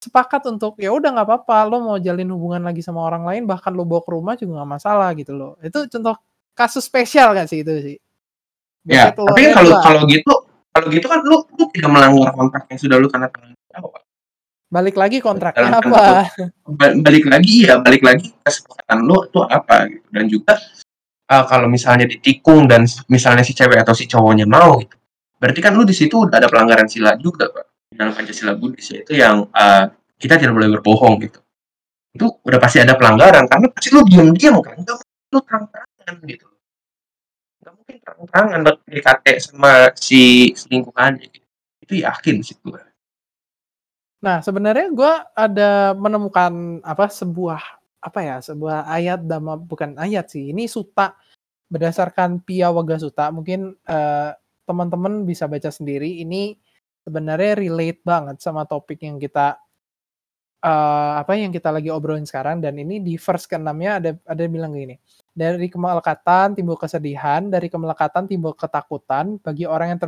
sepakat untuk ya udah nggak apa-apa lo mau jalin hubungan lagi sama orang lain bahkan lo bawa ke rumah juga nggak masalah gitu loh. Itu contoh kasus spesial kan sih itu sih. Ya, Biasanya tapi kan kalau gitu kan lu tidak melanggar kontrak yang sudah lu tanda tangan di awal. Balik lagi kontraknya Dalam tanda apa? balik lagi kesepakatan lu itu apa gitu. Dan juga kalau misalnya ditikung dan misalnya si cewek atau si cowoknya mau gitu, berarti kan lu di situ udah ada pelanggaran sila juga, Pak. Dalam Pancasila Buddhis yaitu yang kita tidak boleh berbohong gitu. Itu udah pasti ada pelanggaran karena pasti lu diam-diam kan, nggak mungkin lu terang-terangan gitu. Nggak mungkin terang-terangan PDKT sama si selingkuhannya gitu. Itu yakin sih gue. Nah, sebenarnya gue ada menemukan sebuah ayat Dhamma, bukan ayat sih, ini suta berdasarkan Piyawaga Sutta. Mungkin teman-teman bisa baca sendiri. Ini sebenarnya relate banget sama topik yang kita yang kita lagi obrolin sekarang. Dan ini di verse ke-6-nya ada bilang gini. Dari kemelekatan timbul kesedihan, dari kemelekatan timbul ketakutan, bagi orang yang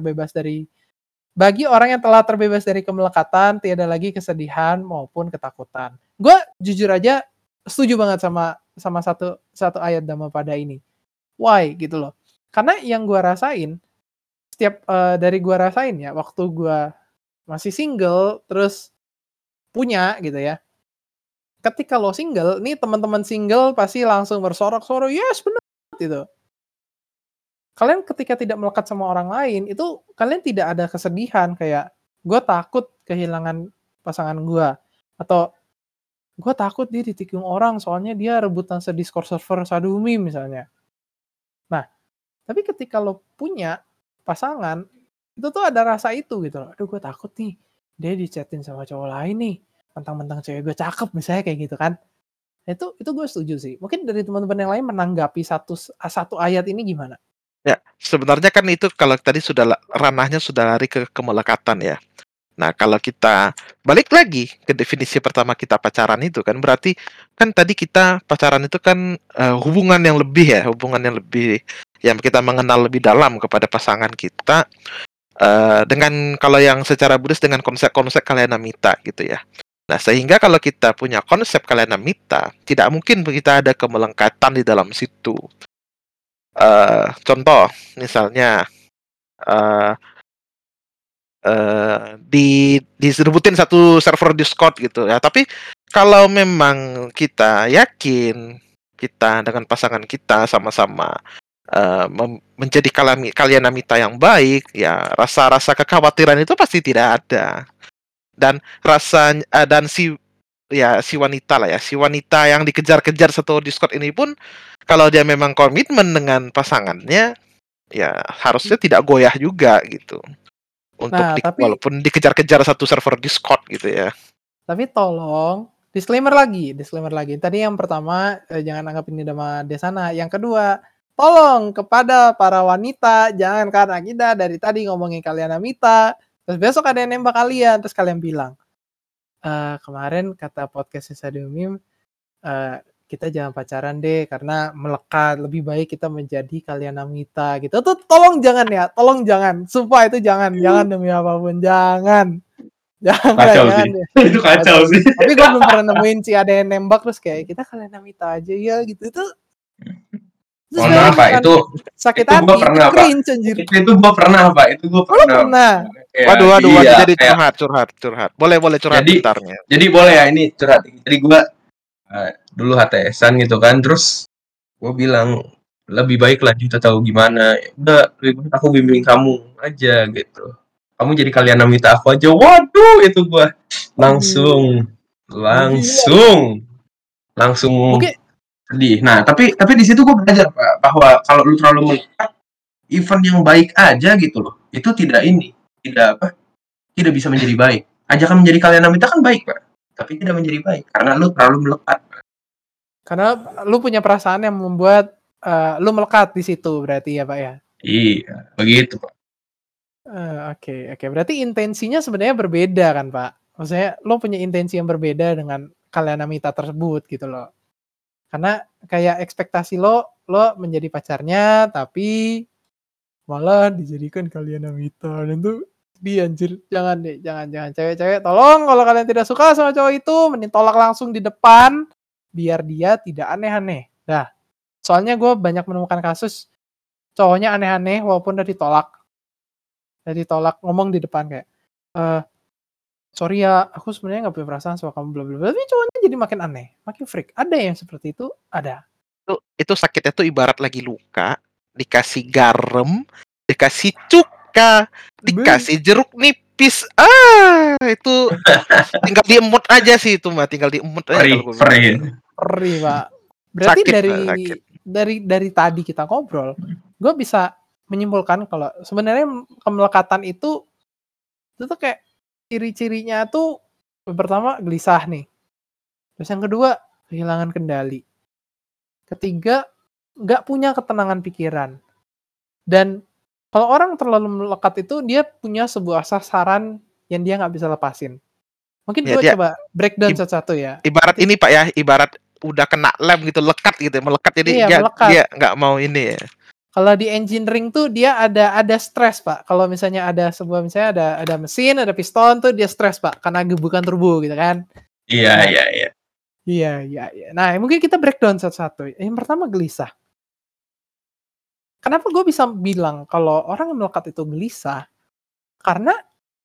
telah terbebas dari kemelekatan, tiada lagi kesedihan maupun ketakutan. Gue jujur aja setuju banget sama satu ayat Dhammapada ini. Why gitu loh? Karena yang gue rasain, dari gue rasain ya, waktu gue masih single, terus punya gitu ya. Ketika lo single, nih teman-teman single pasti langsung bersorak-sorak, yes benar gitu. Kalian ketika tidak melekat sama orang lain, itu kalian tidak ada kesedihan kayak gue takut kehilangan pasangan gue, atau gue takut dia ditikung orang soalnya dia rebutan Discord server Sadumi misalnya. Nah, tapi ketika lo punya pasangan, itu tuh ada rasa itu gitu loh. Aduh gue takut nih, dia dichatin sama cowok lain nih, mentang-mentang cewek gue cakep misalnya kayak gitu kan. Itu gue setuju sih. Mungkin dari teman-teman yang lain menanggapi satu ayat ini gimana? Ya, sebenarnya kan itu kalau tadi ranahnya sudah lari ke kemelekatan ya. Nah, kalau kita balik lagi ke definisi pertama kita pacaran itu kan berarti kan tadi kita pacaran itu kan hubungan yang lebih yang kita mengenal lebih dalam kepada pasangan kita dengan kalau yang secara Buddhis dengan konsep-konsep Kalyanamitta gitu ya. Nah, sehingga kalau kita punya konsep Kalyanamitta, tidak mungkin kita ada kemelekatan di dalam situ. Contoh, misalnya disebutin satu server Discord gitu ya. Tapi kalau memang kita yakin kita dengan pasangan kita sama-sama menjadi kalyanamita yang baik, ya rasa-rasa kekhawatiran itu pasti tidak ada. Dan si wanita lah ya, si wanita yang dikejar-kejar satu Discord ini pun kalau dia memang komitmen dengan pasangannya, ya harusnya tidak goyah juga gitu. Walaupun dikejar-kejar satu server Discord gitu ya. Tapi tolong disclaimer lagi. Tadi yang pertama jangan anggap ini Dhamma Desana. Yang kedua, tolong kepada para wanita jangan karena kita dari tadi ngomongin Kalyanamitta, terus besok ada yang nembak kalian, terus kalian bilang kemarin kata podcast Sadumim kita jangan pacaran deh karena melekat, lebih baik kita menjadi Kalyanamitta gitu. Tuh tolong jangan ya, sumpah itu jangan demi apapun, jangan Jangan deh. Itu kacau sih. Tapi gue belum pernah nemuin si ada yang nembak terus kayak kita Kalyanamitta aja ya gitu. Itu mohon maaf Pak, itu sakit hati, gue pernah Pak. Itu gue pernah Pak, itu gue pernah. Waduh, jadi curhat. Boleh curhat bentarnya. Jadi boleh ya ini curhat. Jadi gue dulu HTS-an gitu kan, terus gue bilang lebih baik lagi kita tahu gimana. Udah, lebih baik aku bimbing kamu aja gitu. Kamu jadi Kalyanamitta aku aja. Waduh, itu gue langsung mungkin sedih. Nah, tapi di situ gue belajar Pak, bahwa kalau lu terlalu melekat, event yang baik aja gitu loh, itu tidak bisa menjadi baik. Ajakan menjadi Kalyanamitta kan baik Pak, tapi tidak menjadi baik karena lu terlalu melekat. Karena lu punya perasaan yang membuat lu melekat di situ berarti ya Pak ya. Iya, begitu Pak. Oke. Berarti intensinya sebenarnya berbeda kan Pak? Maksudnya lo punya intensi yang berbeda dengan Kalyanamitta tersebut gitu loh. Karena kayak ekspektasi lo menjadi pacarnya tapi malah dijadikan Kalyanamitta dan tuh Dia anjir, jangan deh, jangan. Cewek-cewek tolong kalau kalian tidak suka sama cowok itu, mending tolak langsung di depan, biar dia tidak aneh-aneh. Nah, soalnya gue banyak menemukan kasus cowoknya aneh-aneh walaupun udah ditolak. Ngomong di depan kayak, sorry ya, aku sebenarnya nggak punya perasaan sama kamu, bla bla bla. Tapi cowoknya jadi makin aneh, makin freak. Ada yang seperti itu, ada. Itu sakitnya tuh ibarat lagi luka, dikasih garam, dikasih cuka, dikasih jeruk nipis. Itu tinggal diemut aja sih itu mah, tinggal diemut aja kalau gue bilang. Perih, Pak. Berarti Sakit, sakit. dari tadi kita ngobrol, gue bisa menyimpulkan kalau sebenarnya kemelekatan itu tuh kayak ciri-cirinya tuh pertama gelisah nih. Terus yang kedua kehilangan kendali. Ketiga nggak punya ketenangan pikiran. Dan kalau orang terlalu melekat itu dia punya sebuah sasaran yang dia nggak bisa lepasin. Mungkin Ya, gue coba breakdown satu-satu ya. Ibarat ini Pak ya, ibarat udah kena lem gitu, lekat gitu, melekat jadi melekat. dia nggak mau ini ya. Kalau di engineering tuh dia ada stres, Pak. Kalau misalnya ada sebuah misalnya ada mesin, ada piston tuh dia stres, Pak, karena gebukan turbo gitu kan. Iya. Iya. Nah, mungkin kita breakdown satu-satu. Yang pertama gelisah. Kenapa gue bisa bilang kalau orang yang melekat itu gelisah? Karena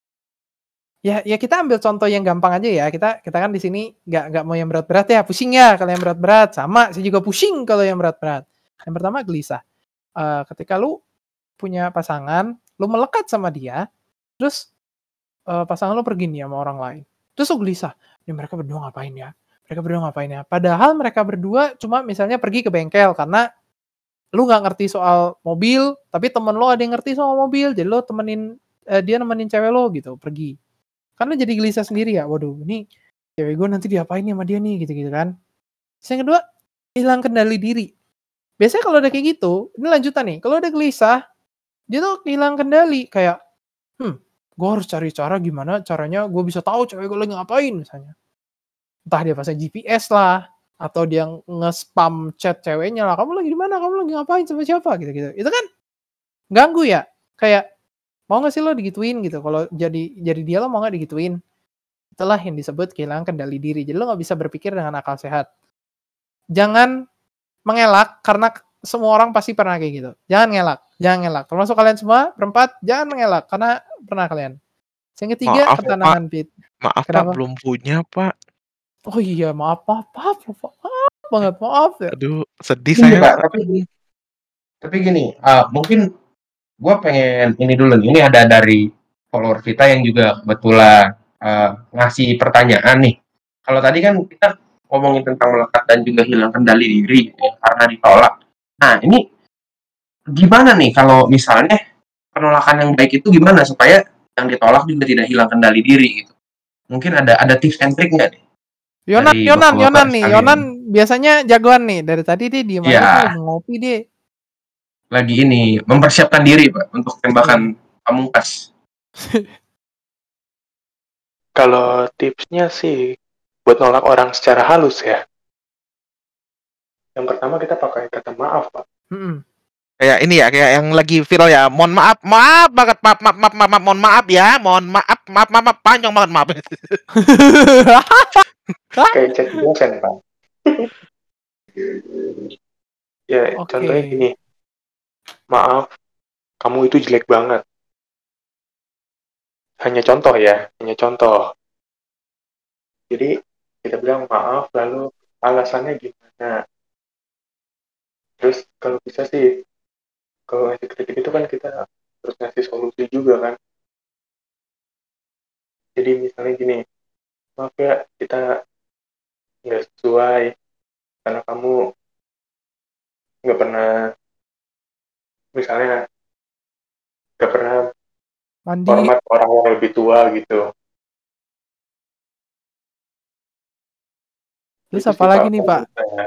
ya kita ambil contoh yang gampang aja ya. Kita kan di sini nggak mau yang berat-berat ya. Pusing ya kalau yang berat-berat. Sama, saya juga pusing kalau yang berat-berat. Yang pertama gelisah. Ketika lu punya pasangan, lu melekat sama dia, terus pasangan lu pergi nih sama orang lain. Terus lu gelisah, ya mereka berdua ngapain ya? Padahal mereka berdua cuma misalnya pergi ke bengkel karena lu nggak ngerti soal mobil, tapi temen lo ada yang ngerti soal mobil, jadi lo dia nemenin cewek lo gitu, pergi. Kan lo jadi gelisah sendiri ya, waduh ini cewek gue nanti diapain nih sama dia nih, gitu-gitu kan. Terus yang kedua, hilang kendali diri. Biasanya kalau udah kayak gitu, ini lanjutan nih, kalau udah gelisah, dia tuh hilang kendali, kayak, gue harus cari cara gimana caranya gue bisa tahu cewek gue lagi ngapain misalnya. Entah dia pasang GPS lah, atau dia nge-spam chat ceweknya lah, kamu lagi di mana, kamu lagi ngapain sama siapa, gitu-gitu. Itu kan ganggu ya, kayak mau nggak sih lo digituin gitu, kalau jadi dia lo mau nggak digituin. Itulah yang disebut kehilangan kendali diri, jadi lo nggak bisa berpikir dengan akal sehat. Jangan mengelak, karena semua orang pasti pernah kayak gitu. Jangan ngelak. Termasuk kalian semua, berempat, jangan mengelak, karena pernah kalian. Yang ketiga, ketenangan, Pit. Maaf Pak, belum punya Pak. Oh iya, maaf banget, maaf ya. Aduh, sedih saya Pak. Tapi gini, mungkin gue pengen ini dulu nih. Ini ada dari follower kita yang juga kebetulan ngasih pertanyaan nih. Kalau tadi kan kita ngomongin tentang melekat dan juga hilang kendali diri ya, karena ditolak. Nah, ini gimana nih kalau misalnya penolakan yang baik itu gimana supaya yang ditolak juga tidak hilang kendali diri gitu? Mungkin ada tips and trick nggak nih? Yonan biasanya jagoan nih. Dari tadi dia diem aja, ngopi dia. Lagi ini mempersiapkan diri Pak untuk tembakan pamungkas. Kalau tipsnya sih buat nolak orang secara halus ya. Yang pertama kita pakai kata maaf, Pak. Kayak ini ya, kayak yang lagi viral ya. Mohon maaf banget, mohon maaf ya, maaf panjang banget maaf. Kayak chat dosen, Pak. Ya, contohnya gini. Maaf, kamu itu jelek banget. Hanya contoh ya, Jadi, kita bilang maaf, lalu alasannya gimana. Terus, kalau bisa sih, kalau ngasih kritik itu kan kita harus ngasih solusi juga kan. Jadi, misalnya gini, maaf ya, kita nggak sesuai, karena kamu nggak pernah, misalnya, nggak pernah hormat orang yang lebih tua gitu. Terus apa lagi nih Pak?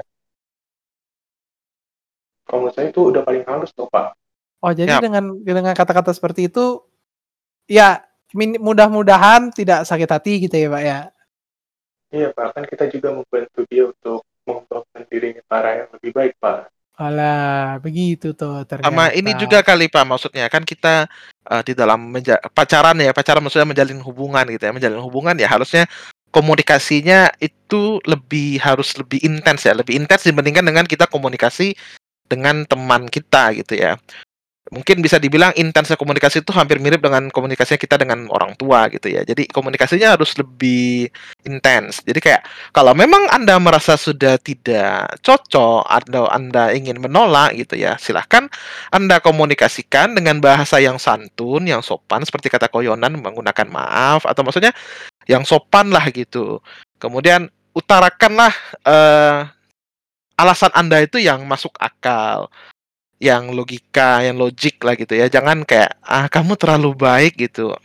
Kalau menurut saya itu udah paling halus tuh Pak. Oh jadi dengan kata-kata seperti itu, ya mudah-mudahan tidak sakit hati gitu ya Pak ya? Iya Pak, kan kita juga membantu dia untuk mengembangkan dirinya ke arah yang lebih baik Pak. Alah, begitu tuh Sama ini juga ternyata. kali Pak, maksudnya kan kita di dalam pacaran ya, pacaran maksudnya menjalin hubungan gitu ya, menjalin hubungan ya harusnya komunikasinya itu harus lebih intens ya, lebih intens dibandingkan dengan kita komunikasi dengan teman kita gitu ya. Mungkin bisa dibilang intensnya komunikasi itu hampir mirip dengan komunikasinya kita dengan orang tua gitu ya. Jadi komunikasinya harus lebih intens. Jadi kayak kalau memang Anda merasa sudah tidak cocok atau Anda ingin menolak gitu ya, silahkan Anda komunikasikan dengan bahasa yang santun, yang sopan seperti kata Koyonan menggunakan maaf atau maksudnya yang sopan lah gitu. Kemudian utarakanlah alasan Anda itu yang masuk akal, yang logika, yang logik lah gitu ya. Jangan kayak kamu terlalu baik gitu.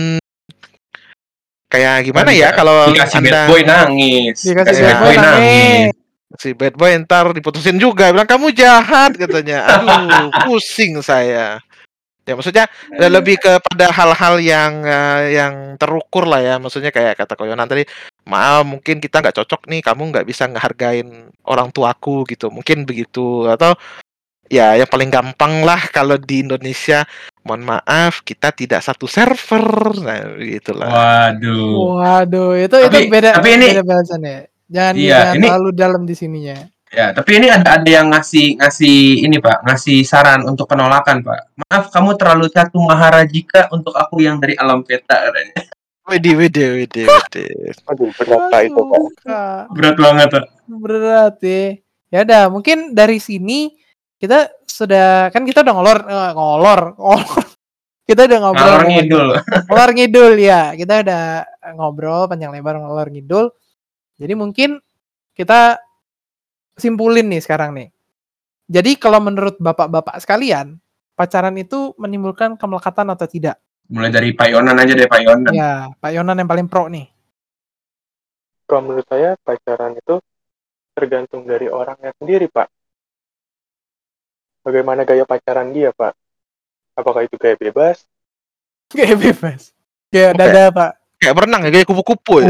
Kayak gimana ya kalau dikasih bad Anda boy nangis. Dikasih Dikasih bad bad boy boy nangis. nangis. si bad boy ntar diputusin juga, bilang kamu jahat katanya. Aduh, pusing saya. Ya maksudnya lebih kepada hal-hal yang terukur lah ya. Maksudnya kayak kata Koyonan tadi, maaf mungkin kita nggak cocok nih, kamu nggak bisa ngehargain orang tuaku gitu. Mungkin begitu. Atau ya yang paling gampang lah kalau di Indonesia, mohon maaf kita tidak satu server. Nah, gitulah. Waduh. Waduh, itu beda Tapi ini beda bahasannya. iya, Jangan ini terlalu dalam di sininya. ya, tapi ini ada yang ngasih ini Pak, ngasih saran untuk penolakan Pak. Maaf, kamu terlalu Catu Maharajika untuk aku yang dari alam peta katanya. Widih. Aduh, berat Gak Pak itu Pak. suka. Berat banget Pak. Berat ya. Ya udah, mungkin dari sini kita udah ngolor. Kita udah ngobrol Ngalor nih ngidul. ngalor ngidul ya. Kita udah ngobrol panjang lebar ngalor ngidul. Jadi mungkin kita simpulin nih sekarang nih. Jadi kalau menurut bapak-bapak sekalian, pacaran itu menimbulkan kemelekatan atau tidak? Mulai dari Pak Yonan aja deh, Pak Yonan. Ya, Pak Yonan yang paling pro nih. Kalau menurut saya pacaran itu tergantung dari orangnya sendiri, Pak. Bagaimana gaya pacaran dia, Pak? Apakah itu gaya bebas? Kayak bebas. Kayak Oke. dada, Pak. Kayak berenang ya, kayak kupu-kupu ya.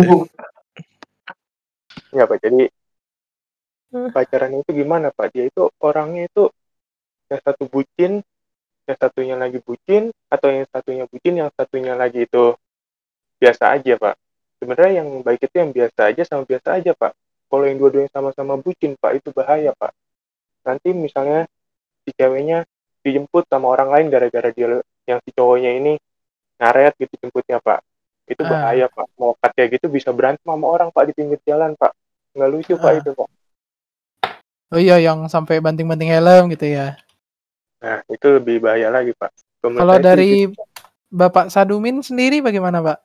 Ya, Pak. Jadi pacaran itu gimana, Pak? Dia itu orangnya itu yang satu bucin, yang satunya lagi bucin, atau yang satunya bucin, yang satunya lagi itu biasa aja, Pak. Sebenarnya yang baik itu yang biasa aja sama biasa aja, Pak. Kalau yang dua-duanya sama-sama bucin, Pak, itu bahaya, Pak. Nanti misalnya si ceweknya dijemput sama orang lain gara-gara dia yang si cowoknya ini ngaret gitu jemputnya, Pak. Itu bahaya, Pak. Mau kayak gitu bisa berantem sama orang, Pak, di pinggir jalan, Pak. Nggak lucu, Pak, itu, Pak. Oh iya, yang sampai banting-banting helm gitu ya. Nah, itu lebih bahaya lagi, Pak. Kalau dari Bapak Sadumin sendiri bagaimana, Pak?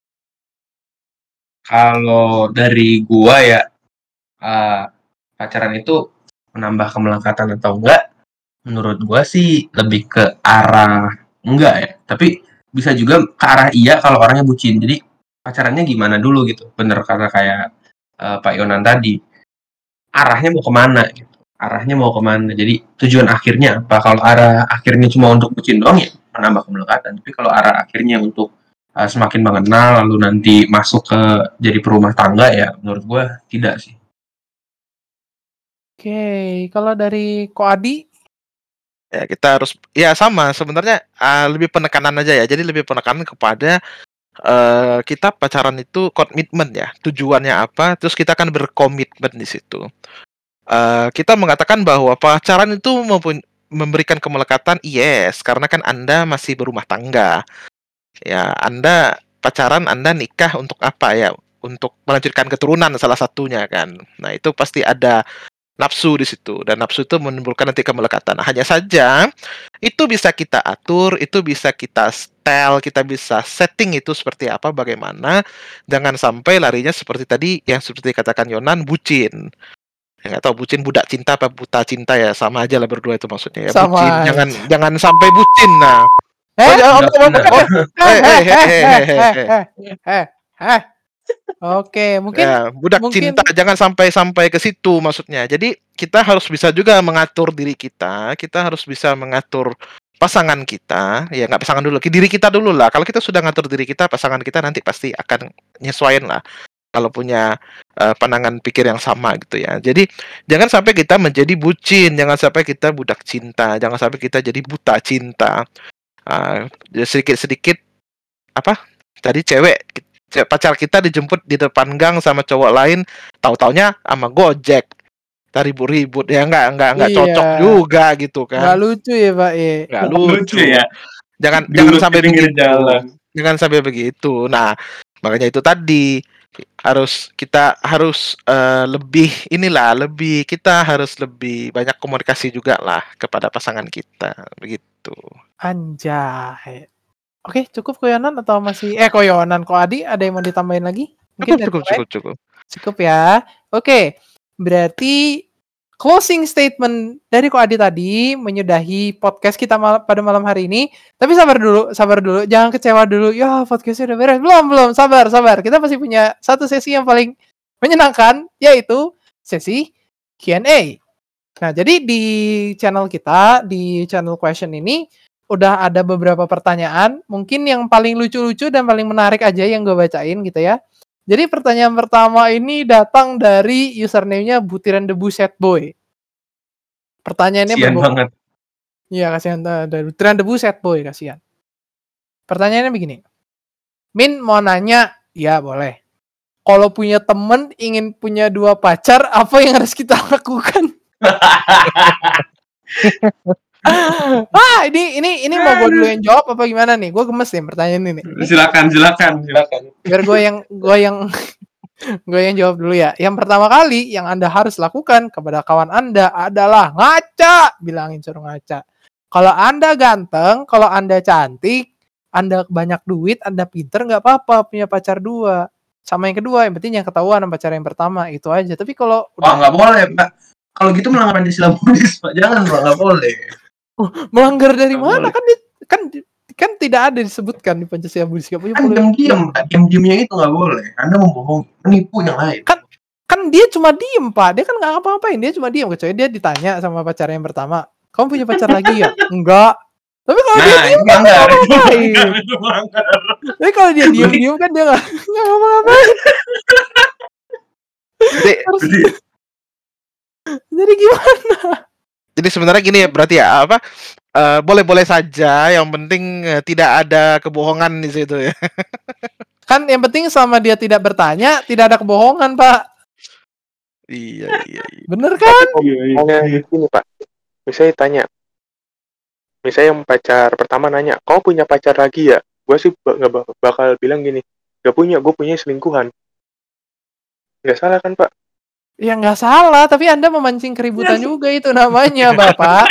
Kalau dari gua ya, pacaran itu menambah kemelekatan atau enggak, menurut gua sih lebih ke arah enggak ya. Tapi bisa juga ke arah iya kalau orangnya bucin. Jadi pacarannya gimana dulu gitu. Bener kata kayak Pak Yonan tadi. Arahnya mau kemana gitu. Arahnya mau kemana. Jadi tujuan akhirnya apa? Kalau arah akhirnya cuma untuk bucin doang ya menambah kemelekatan. Tapi kalau arah akhirnya untuk semakin mengenal lalu nanti masuk ke jadi perumah tangga ya menurut gua tidak sih. Oke, kalau dari Ko Adi? Ya kita harus ya sama sebenarnya lebih penekanan aja ya. Jadi lebih penekanan kepada kita pacaran itu komitmen ya. Tujuannya apa? Terus kita akan berkomitmen di situ. Kita mengatakan bahwa pacaran itu memberikan kemelekatan, yes, karena kan Anda masih berumah tangga. Ya, Anda pacaran, Anda nikah untuk apa ya? Untuk melanjutkan keturunan salah satunya kan. Nah, itu pasti ada nafsu di situ dan nafsu itu menimbulkan nanti kemelekatan. Nah, hanya saja itu bisa kita atur, itu bisa kita style, kita bisa setting itu seperti apa, bagaimana. Jangan sampai larinya seperti tadi yang seperti katakan Yonan, bucin. Ya, nggak tahu bucin budak cinta apa buta cinta ya, sama aja lah berdua itu maksudnya ya. Sama Bucin, aja. jangan sampai bucin. Nah, Oke, mungkin ya, budak cinta jangan sampai ke situ maksudnya. Jadi kita harus bisa juga mengatur diri kita. Kita harus bisa mengatur pasangan kita. Ya nggak pasangan dulu, diri kita dulu lah. Kalau kita sudah ngatur diri kita, pasangan kita nanti pasti akan nyesuaiin lah. kalau punya pandangan pikir yang sama gitu ya. Jadi jangan sampai kita menjadi bucin, jangan sampai kita budak cinta, jangan sampai kita jadi buta cinta. Sedikit-sedikit apa? Tadi pacar kita dijemput di depan gang sama cowok lain, tahu-taunya sama Gojek. Kita ribut-ribut ya nggak cocok juga gitu kan. Nggak lucu ya Pak Nggak lucu ya. Jangan sampai begitu. Jangan sampai begitu. Nah, makanya itu tadi kita harus lebih banyak komunikasi juga lah kepada pasangan kita begitu. Anjay. Oke, cukup Koyonan atau masih Koyonan, kok Adi ada yang mau ditambahin lagi? Mungkin cukup ya. Oke, berarti closing statement dari Ko Adi tadi menyudahi podcast kita pada malam hari ini. Tapi sabar dulu, jangan kecewa dulu. Ya, podcastnya udah beres. Belum, sabar. Kita pasti punya satu sesi yang paling menyenangkan, yaitu sesi Q&A. Nah, jadi di channel kita, di channel question ini, udah ada beberapa pertanyaan. Mungkin yang paling lucu-lucu dan paling menarik aja yang gue bacain gitu ya. Jadi pertanyaan pertama ini datang dari username-nya Butiran Debu Set Boy. Pertanyaannya banget. Iya, kasihan dari Butiran Debu Set Boy, kasihan. Pertanyaannya begini. Min mau nanya, ya boleh. Kalau punya temen ingin punya 2 pacar, apa yang harus kita lakukan? Ini mau gue dulu yang jawab apa gimana nih? Gue gemes nih pertanyaan ini. Silakan. Biar gue yang jawab dulu ya. Yang pertama kali yang Anda harus lakukan kepada kawan Anda adalah ngaca. Bilangin suruh ngaca. Kalau Anda ganteng, kalau Anda cantik, Anda banyak duit, Anda pinter, nggak apa-apa punya pacar 2. Sama yang kedua, yang penting yang ketahuan sama pacar yang pertama, itu aja. Tapi kalau nggak boleh, Pak. Kalau gitu melanggar Pancasila Buddhis, Pak. Jangan, Pak, nggak boleh. Melanggar dari mana? Kan tidak ada disebutkan di Pancasila Buddhis. Kan diam-diamnya itu nggak boleh. Anda membohong, menipu yang lain. Kan dia cuma diem, Pak. Dia kan nggak ngapa-ngapain. Dia cuma diem. Kecuali dia ditanya sama pacar yang pertama, kamu punya pacar lagi ya? Enggak. Tapi kalau dia diem kan dia ngapa-ngapain. Tapi kalau dia diem kan dia nggak ngapa-ngapain. Jadi gimana? Jadi sebenarnya gini ya, berarti ya boleh-boleh saja, yang penting tidak ada kebohongan di situ ya. Kan yang penting selama dia tidak bertanya, tidak ada kebohongan, Pak. Iya. Bener kan? Iya. Ini Pak, misalnya tanya, misalnya yang pacar pertama nanya, kau punya pacar lagi ya? Gue sih nggak bakal bilang gini, gak punya, gue punya selingkuhan. Nggak salah kan Pak? Ya nggak salah, tapi Anda memancing keributan juga itu namanya, Bapak.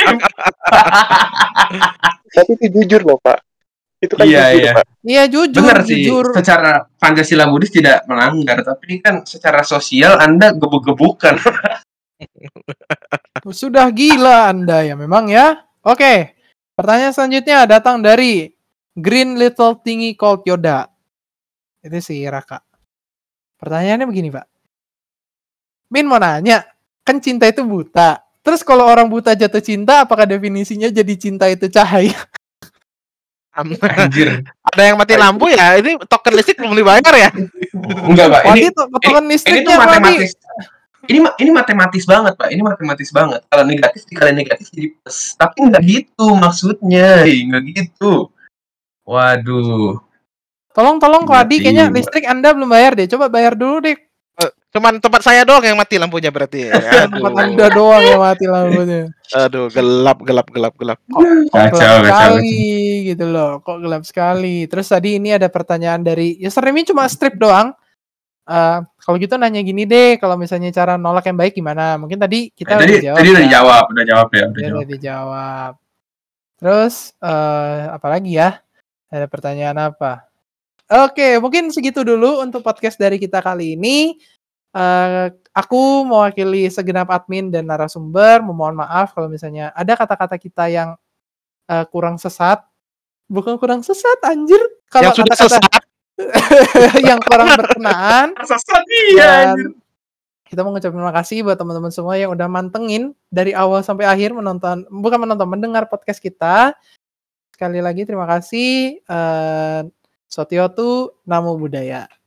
Tapi itu jujur loh, Pak. Itu kan jujur, Pak. Iya, jujur. Benar sih, secara Pancasila Buddhis tidak melanggar, tapi kan secara sosial Anda gebuk-gebukan. Sudah gila Anda ya memang ya. Oke, pertanyaan selanjutnya datang dari Green Little Thingy Called Yoda. Itu si Raka. Pertanyaannya begini, Pak. Min mau nanya, kan cinta itu buta. Terus kalau orang buta jatuh cinta, apakah definisinya jadi cinta itu cahaya? Anjir. Ada yang mati lampu ya? Ini token listrik belum dibayar ya? Enggak, Pak. Ini tuh matematis. Ini matematis banget, Pak. Ini matematis banget. Kalau negatif dikali negatif jadi plus. Tapi enggak gitu maksudnya. Enggak gitu. Waduh. Tolong Ko Adi, kayaknya listrik Anda belum bayar deh. Coba bayar dulu deh. Cuman tempat saya doang yang mati lampunya berarti. Tempat Anda doang yang mati lampunya. Aduh, gelap. Kacau sekali gitu loh. Kok gelap sekali. Terus tadi ini ada pertanyaan dari username cuma strip doang. Kalau gitu nanya gini deh, kalau misalnya cara nolak yang baik gimana? Mungkin tadi kita udah dijawab. Udah dijawab. Terus apa lagi ya? Ada pertanyaan apa? Oke, mungkin segitu dulu untuk podcast dari kita kali ini. Aku mewakili segenap admin dan narasumber memohon maaf kalau misalnya ada kata-kata kita yang kurang sesat. Bukan kurang sesat, anjir. Kalau yang sudah sesat. yang kurang berkenaan. Sesat iya. Kita mau ngucapin terima kasih buat teman-teman semua yang udah mantengin dari awal sampai akhir mendengar podcast kita. Sekali lagi terima kasih. Sotiotu Namo Buddhaya.